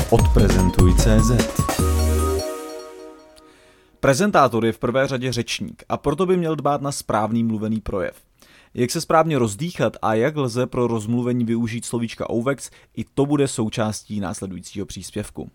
Odprezentuj.cz. Prezentátor je v prvé řadě řečník a proto by měl dbát na správný mluvený projev. Jak se správně rozdýchat a jak lze pro rozmluvení využít slovíčka OVEX, i to bude součástí následujícího příspěvku.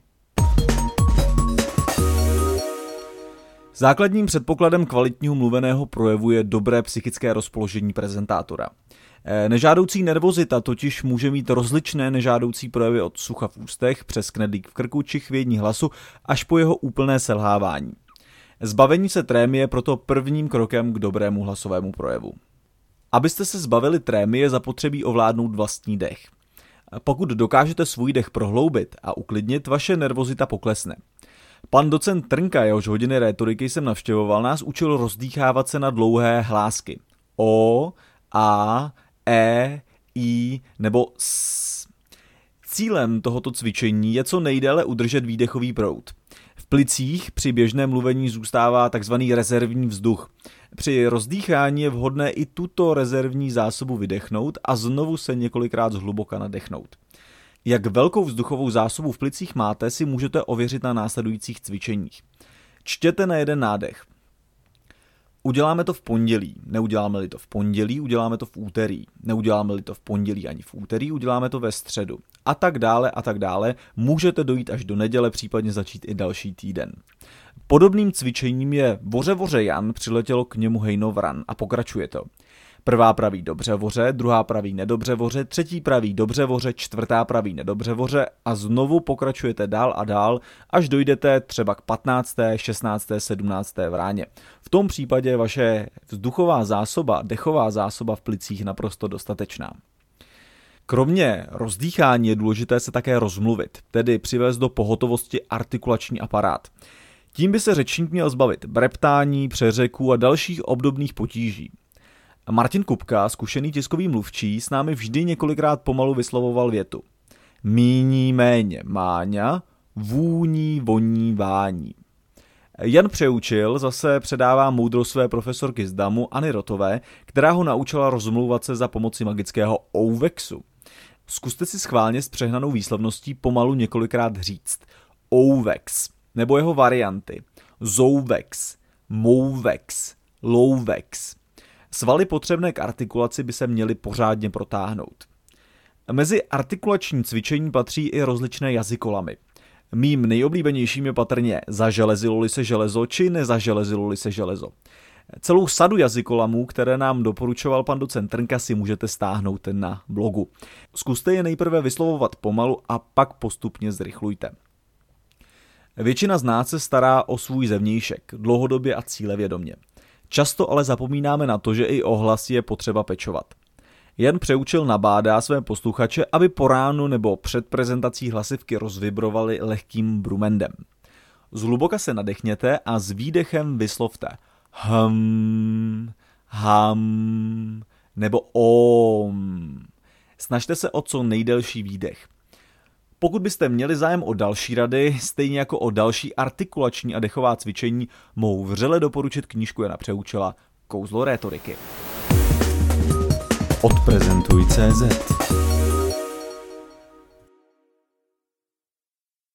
Základním předpokladem kvalitního mluveného projevu je dobré psychické rozpoložení prezentátora. Nežádoucí nervozita totiž může mít rozličné nežádoucí projevy od sucha v ústech přes knedlík v krku či chvění hlasu až po jeho úplné selhávání. Zbavení se trémy je proto prvním krokem k dobrému hlasovému projevu. Abyste se zbavili trémy, je zapotřebí ovládnout vlastní dech. Pokud dokážete svůj dech prohloubit a uklidnit, vaše nervozita poklesne. Pan docent Trnka, jehož hodiny rétoriky jsem navštěvoval, nás učil rozdýchávat se na dlouhé hlásky. O, A, E, I nebo S. Cílem tohoto cvičení je co nejdéle udržet výdechový proud. V plicích při běžném mluvení zůstává tzv. Rezervní vzduch. Při rozdýchání je vhodné i tuto rezervní zásobu vydechnout a znovu se několikrát zhluboka nadechnout. Jak velkou vzduchovou zásobu v plicích máte, si můžete ověřit na následujících cvičeních. Čtěte na jeden nádech. Uděláme to v pondělí. Neuděláme-li to v pondělí, uděláme to v úterý. Neuděláme-li to v pondělí ani v úterý, uděláme to ve středu. A tak dále a tak dále. Můžete dojít až do neděle, případně začít i další týden. Podobným cvičením je voře voře Jan, přiletělo k němu hejno vran a pokračuje to. Prvá praví dobře voře, druhá praví nedobře voře, třetí praví dobře voře, čtvrtá praví nedobře voře a znovu pokračujete dál a dál, až dojdete třeba k 15., 16., 17. vráně. V tom případě je vaše vzduchová zásoba, dechová zásoba v plicích naprosto dostatečná. Kromě rozdýchání je důležité se také rozmluvit, tedy přivést do pohotovosti artikulační aparát. Tím by se řečník měl zbavit breptání, přeřeků a dalších obdobných potíží. Martin Kupka, zkušený tiskový mluvčí, s námi vždy několikrát pomalu vyslovoval větu. Míní méně máňa, vůní voní vání. Jan Přeučil zase předává moudrost své profesorky z DAMu Anny Rotové, která ho naučila rozmlouvat se za pomoci magického OVEXu. Zkuste si schválně s přehnanou výslovností pomalu několikrát říct OVEX, nebo jeho varianty ZOUVEX, MOUVEX, LOUVEX. Svaly potřebné k artikulaci by se měly pořádně protáhnout. Mezi artikulační cvičení patří i rozličné jazykolamy. Mým nejoblíbenějším je patrně zaželezilo-li se železo či nezaželezilo-li se železo. Celou sadu jazykolamů, které nám doporučoval pan docent Trnka, si můžete stáhnout na blogu. Zkuste je nejprve vyslovovat pomalu a pak postupně zrychlujte. Většina z nás se stará o svůj zevnějšek, dlouhodobě a cílevědomě. Často ale zapomínáme na to, že i o hlas je potřeba pečovat. Jan Přeučil nabádá své posluchače, aby po ránu nebo před prezentací hlasivky rozvibrovali lehkým brumendem. Zhluboka se nadechněte a s výdechem vyslovte ham nebo om. Snažte se o co nejdelší výdech. Pokud byste měli zájem o další rady, stejně jako o další artikulační a dechová cvičení, mohu vřele doporučit knížku Jana Přeučila Kouzlo rétoriky. Odprezentuj.cz